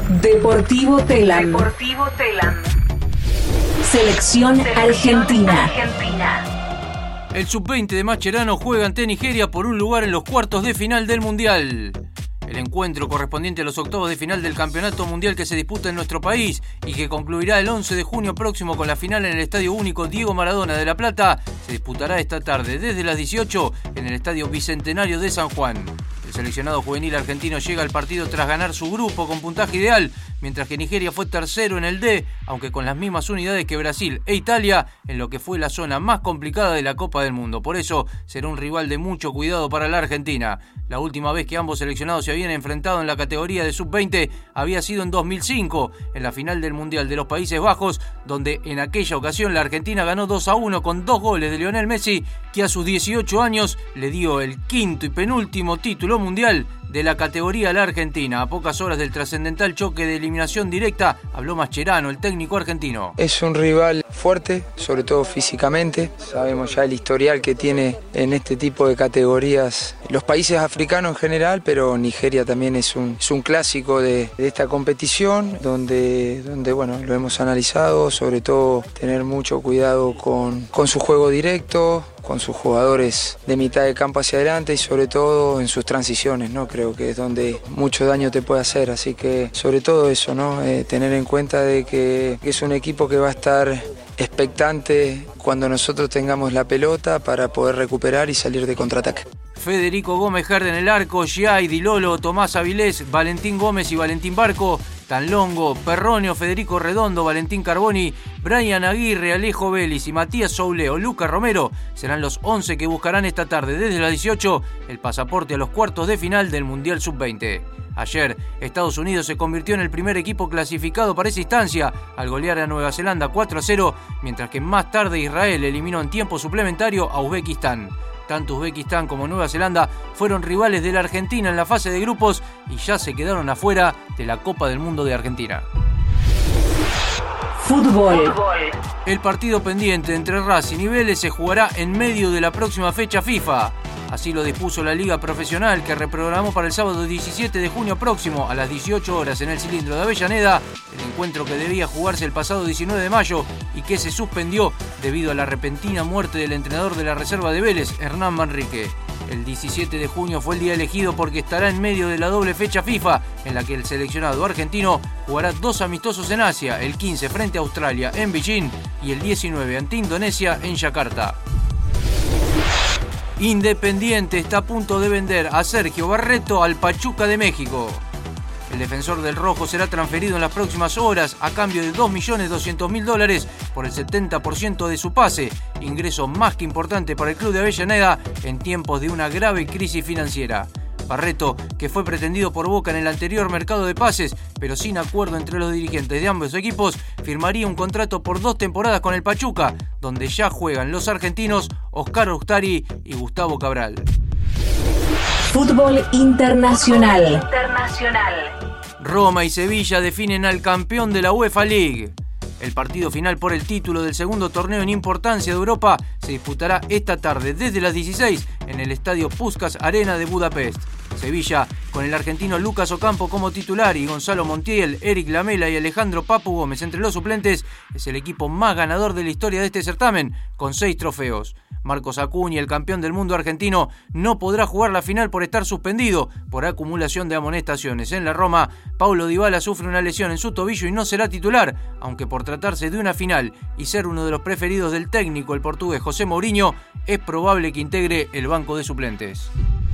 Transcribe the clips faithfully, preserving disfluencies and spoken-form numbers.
Deportivo Telam. Deportivo Telam. Selección, Selección Argentina. Argentina. El sub veinte de Mascherano juega ante Nigeria por un lugar en los cuartos de final del Mundial. El encuentro correspondiente a los octavos de final del Campeonato Mundial que se disputa en nuestro país y que concluirá el once de junio próximo con la final en el Estadio Único Diego Maradona de La Plata, se disputará esta tarde desde las dieciocho en el Estadio Bicentenario de San Juan. El seleccionado juvenil argentino llega al partido tras ganar su grupo con puntaje ideal, mientras que Nigeria fue tercero en el D, aunque con las mismas unidades que Brasil e Italia, en lo que fue la zona más complicada de la Copa del Mundo. Por eso será un rival de mucho cuidado para la Argentina. La última vez que ambos seleccionados se habían enfrentado en la categoría de sub veinte había sido en dos mil cinco, en la final del Mundial de los Países Bajos, donde en aquella ocasión la Argentina ganó dos a uno con dos goles de Lionel Messi, que a sus dieciocho años le dio el quinto y penúltimo título mundial de la categoría a la Argentina. A pocas horas del trascendental choque de eliminación directa, habló Mascherano, el técnico argentino. Es un rival fuerte, sobre todo físicamente. Sabemos ya el historial que tiene en este tipo de categorías los países africanos en general, pero Nigeria también es un, es un clásico de, de esta competición, donde, donde bueno, lo hemos analizado, sobre todo tener mucho cuidado con, con su juego directo, con sus jugadores de mitad de campo hacia adelante y sobre todo en sus transiciones, ¿no? Creo que es donde mucho daño te puede hacer, así que sobre todo eso, ¿no? Eh, tener en cuenta de que, que es un equipo que va a estar expectante cuando nosotros tengamos la pelota para poder recuperar y salir de contraataque. Federico Gómez Jarde en el arco, Giai, Di Lolo, Tomás Avilés, Valentín Gómez y Valentín Barco, Tanlongo, Perronio, Federico Redondo, Valentín Carboni, Brian Aguirre, Alejo Vélez y Matías Souleo, Lucas Romero serán los once que buscarán esta tarde desde las dieciocho el pasaporte a los cuartos de final del Mundial sub veinte. Ayer, Estados Unidos se convirtió en el primer equipo clasificado para esa instancia al golear a Nueva Zelanda cuatro a cero, mientras que más tarde Israel eliminó en tiempo suplementario a Uzbekistán. Tanto Uzbekistán como Nueva Zelanda fueron rivales de la Argentina en la fase de grupos y ya se quedaron afuera de la Copa del Mundo de Argentina. Fútbol. El partido pendiente entre Racing y Vélez se jugará en medio de la próxima fecha FIFA. Así lo dispuso la Liga Profesional, que reprogramó para el sábado diecisiete de junio próximo a las dieciocho horas en el Cilindro de Avellaneda el encuentro que debía jugarse el pasado diecinueve de mayo y que se suspendió debido a la repentina muerte del entrenador de la reserva de Vélez, Hernán Manrique. El diecisiete de junio fue el día elegido porque estará en medio de la doble fecha FIFA, en la que el seleccionado argentino jugará dos amistosos en Asia, el quince frente a Australia en Beijing y el diecinueve ante Indonesia en Yakarta. Independiente está a punto de vender a Sergio Barreto al Pachuca de México. El defensor del rojo será transferido en las próximas horas a cambio de dos millones doscientos mil dólares por el setenta por ciento de su pase, ingreso más que importante para el club de Avellaneda en tiempos de una grave crisis financiera. Barreto, que fue pretendido por Boca en el anterior mercado de pases, pero sin acuerdo entre los dirigentes de ambos equipos, firmaría un contrato por dos temporadas con el Pachuca, donde ya juegan los argentinos Oscar Ustari y Gustavo Cabral. Fútbol internacional. Internacional. Roma y Sevilla definen al campeón de la UEFA League. El partido final por el título del segundo torneo en importancia de Europa se disputará esta tarde desde las dieciséis en el estadio Puskás Arena de Budapest. Sevilla, con el argentino Lucas Ocampo como titular y Gonzalo Montiel, Eric Lamela y Alejandro Papu Gómez entre los suplentes, es el equipo más ganador de la historia de este certamen, con seis trofeos. Marcos Acuña, el campeón del mundo argentino, no podrá jugar la final por estar suspendido por acumulación de amonestaciones. En la Roma, Paulo Dybala sufre una lesión en su tobillo y no será titular, aunque por tratarse de una final y ser uno de los preferidos del técnico, el portugués José Mourinho, es probable que integre el banco de suplentes.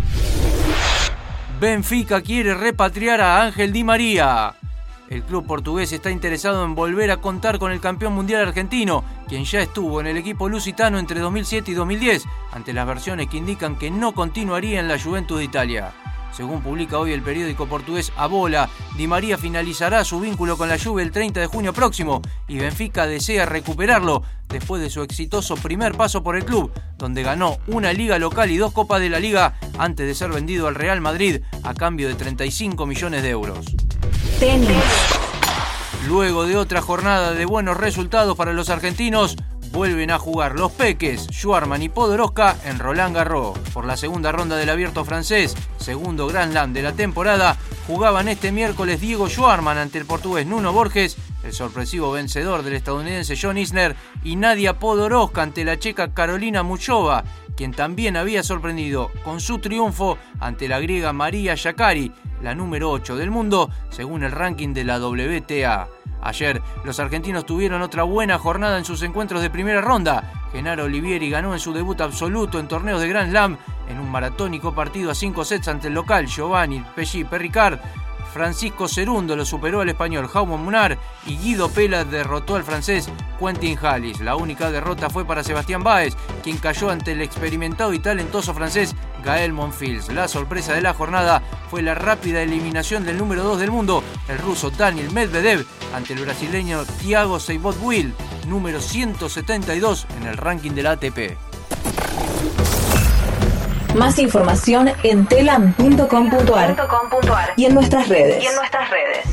Benfica quiere repatriar a Ángel Di María. El club portugués está interesado en volver a contar con el campeón mundial argentino, quien ya estuvo en el equipo lusitano entre dos mil siete y dos mil diez, ante las versiones que indican que no continuaría en la Juventus de Italia. Según publica hoy el periódico portugués A Bola, Di María finalizará su vínculo con la Juve el treinta de junio próximo y Benfica desea recuperarlo después de su exitoso primer paso por el club, donde ganó una liga local y dos copas de la liga antes de ser vendido al Real Madrid a cambio de treinta y cinco millones de euros. Tenis. Luego de otra jornada de buenos resultados para los argentinos, vuelven a jugar los peques, Schwarman y Podoroska en Roland Garros. Por la segunda ronda del Abierto francés, segundo Grand Slam de la temporada, jugaban este miércoles Diego Schwarman ante el portugués Nuno Borges, el sorpresivo vencedor del estadounidense John Isner, y Nadia Podoroska ante la checa Karolina Muchova, quien también había sorprendido con su triunfo ante la griega Maria Sakkari, la número ocho del mundo, según el ranking de la W T A. Ayer, los argentinos tuvieron otra buena jornada en sus encuentros de primera ronda. Genaro Olivieri ganó en su debut absoluto en torneos de Grand Slam en un maratónico partido a cinco sets ante el local Giovanni Pesci Perricard. Francisco Cerundo lo superó al español Jaume Munar y Guido Pella derrotó al francés Quentin Halys. La única derrota fue para Sebastián Báez, quien cayó ante el experimentado y talentoso francés Gael Monfils. La sorpresa de la jornada fue la rápida eliminación del número dos del mundo, el ruso Daniil Medvedev, ante el brasileño Thiago Seyboth-Wild, número ciento setenta y dos en el ranking de la A T P. Más información en telam punto com punto ar y en nuestras redes. Y en nuestras redes.